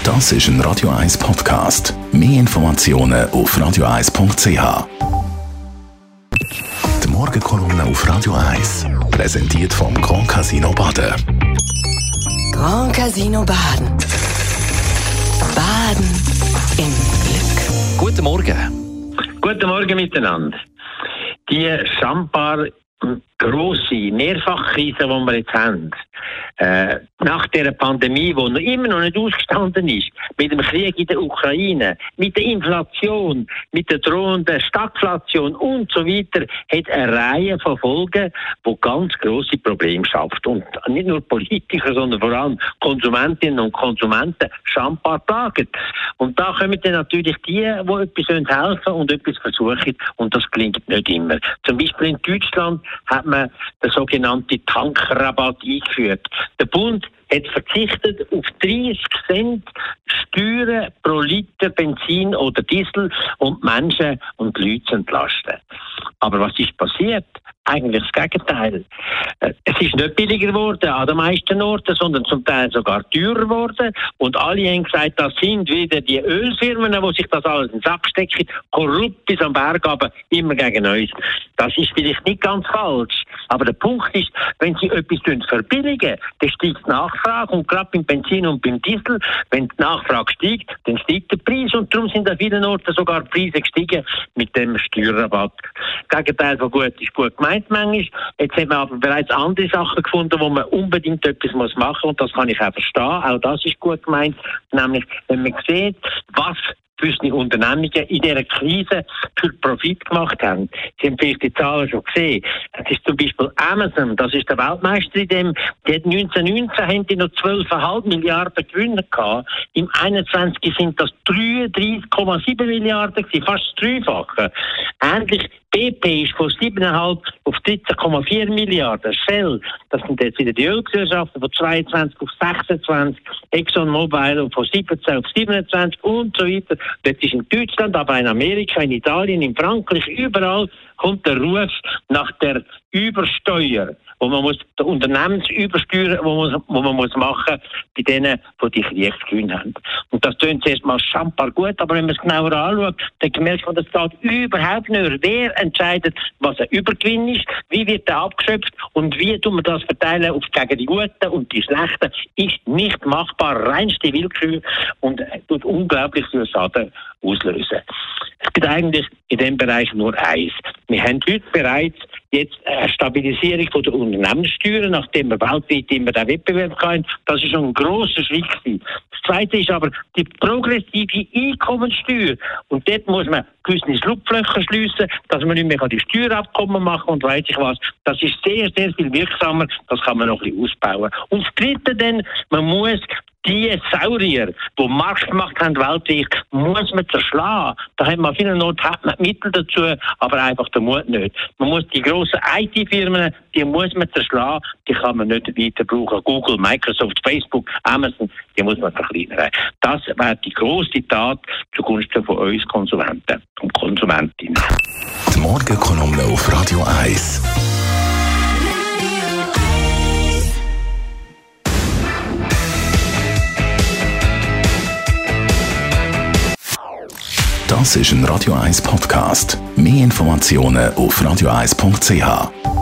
Das ist ein Radio 1 Podcast. Mehr Informationen auf radio1.ch. Die Morgenkolumne auf Radio 1 präsentiert vom Grand Casino Baden. Grand Casino Baden. Baden im Glück. Guten Morgen. Guten Morgen miteinander. Die scheinbar grosse Mehrfachkrise, die wir jetzt haben, nach dieser Pandemie, die immer noch nicht ausgestanden ist, mit dem Krieg in der Ukraine, mit der Inflation, mit der drohenden Stagflation und so weiter, hat eine Reihe von Folgen, die ganz grosse Probleme schafft. Und nicht nur Politiker, sondern vor allem Konsumentinnen und Konsumenten scheinbar plagen. Und da kommen dann natürlich die etwas helfen und etwas versuchen, und das gelingt nicht immer. Zum Beispiel in Deutschland hat man den sogenannten Tankrabatt eingeführt. Der Bund hat verzichtet auf 30 Cent Steuern pro Liter Benzin oder Diesel, um die Menschen und die Leute zu entlasten. Aber was ist passiert? Eigentlich das Gegenteil. Es ist nicht billiger geworden an den meisten Orten, sondern zum Teil sogar teurer geworden. Und alle haben gesagt, das sind wieder die Ölfirmen, die sich das alles in den Sack stecken, korrupt bis am Berg, aber immer gegen uns. Das ist vielleicht nicht ganz falsch. Aber der Punkt ist, wenn sie etwas verbilligen, dann steigt die Nachfrage. Und gerade beim Benzin und beim Diesel, wenn die Nachfrage steigt, dann steigt der Preis. Und darum sind an vielen Orten sogar die Preise gestiegen mit dem Steuerrabatt. Das Gegenteil von gut ist gut gemeint manchmal. Jetzt haben wir aber bereits andere Sachen gefunden, wo man unbedingt etwas machen muss. Und das kann ich auch verstehen. Auch das ist gut gemeint. Nämlich, wenn man sieht, was gewisse Unternehmungen in dieser Krise für Profit gemacht haben. Sie haben vielleicht die Zahlen schon gesehen. Das ist zum Beispiel Amazon, das ist der Weltmeister in dem. Die hat 1919 haben die noch 12,5 Milliarden Gewinne gehabt. Im 21 sind das 33,7 Milliarden gewesen, fast das Dreifache. Ähnlich BP ist von 7,5 auf 13,4 Milliarden. Shell, das sind jetzt wieder die Ölgesellschaften, von 22 auf 26. ExxonMobil von 17 auf 27 und so weiter. Das ist in Deutschland, aber in Amerika, in Italien, in Frankreich, überall kommt der Ruf nach der Übersteuer, wo man muss, der Unternehmensübersteuer, wo man muss machen bei denen, die die Kriegsgewinne haben. Und das tönt zuerst mal schambar gut, aber wenn man es genauer anschaut, dann merkt man, das geht überhaupt nicht. Wer entscheidet, was ein Übergewinn ist, wie wird der abgeschöpft und wie tun wir das verteilen auf gegen die Guten und die Schlechten, ist nicht machbar, reinste Willkür und tut unglaublich viel Schaden auslösen. Es gibt eigentlich in diesem Bereich nur eins. Wir haben heute bereits jetzt eine Stabilisierung von der Unternehmenssteuern, nachdem wir weltweit immer den Wettbewerb hatten. Das ist schon ein grosser Schritt gewesen. Das Zweite ist aber die progressive Einkommenssteuer. Und dort muss man gewisse Schlupflöcher schliessen, dass man nicht mehr die Steuerabkommen machen kann und weiss ich was. Das ist sehr, sehr viel wirksamer. Das kann man noch ein bisschen ausbauen. Und das Dritte dann, man muss die Saurier, die Marktmacht haben weltweit, muss man zerschlagen. Da hat man vielen Not hat man Mittel dazu, aber einfach den Mut nicht. Man muss die grossen IT-Firmen, die muss man zerschlagen, die kann man nicht weiter brauchen. Google, Microsoft, Facebook, Amazon, die muss man verkleinern. Das wäre die grosse Tat zugunsten von uns Konsumenten und Konsumentinnen. Die Morgenkolumne auf Radio 1. Das ist ein Radio 1 Podcast. Mehr Informationen auf radio1.ch.